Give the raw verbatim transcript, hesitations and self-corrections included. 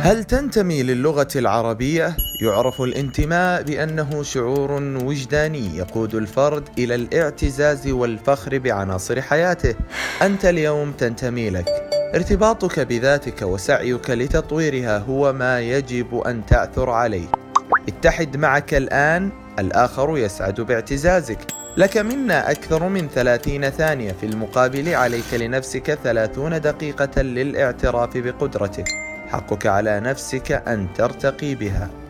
هل تنتمي للغة العربية؟ يعرف الانتماء بأنه شعور وجداني يقود الفرد إلى الاعتزاز والفخر بعناصر حياته. أنت اليوم تنتمي لك. ارتباطك بذاتك وسعيك لتطويرها هو ما يجب أن تعثر عليه. اتحد معك الآن، الآخر يسعد باعتزازك. لك منا أكثر من ثلاثين ثانية، في المقابل عليك لنفسك ثلاثون دقيقة للاعتراف بقدرتك. حقك على نفسك أن ترتقي بها.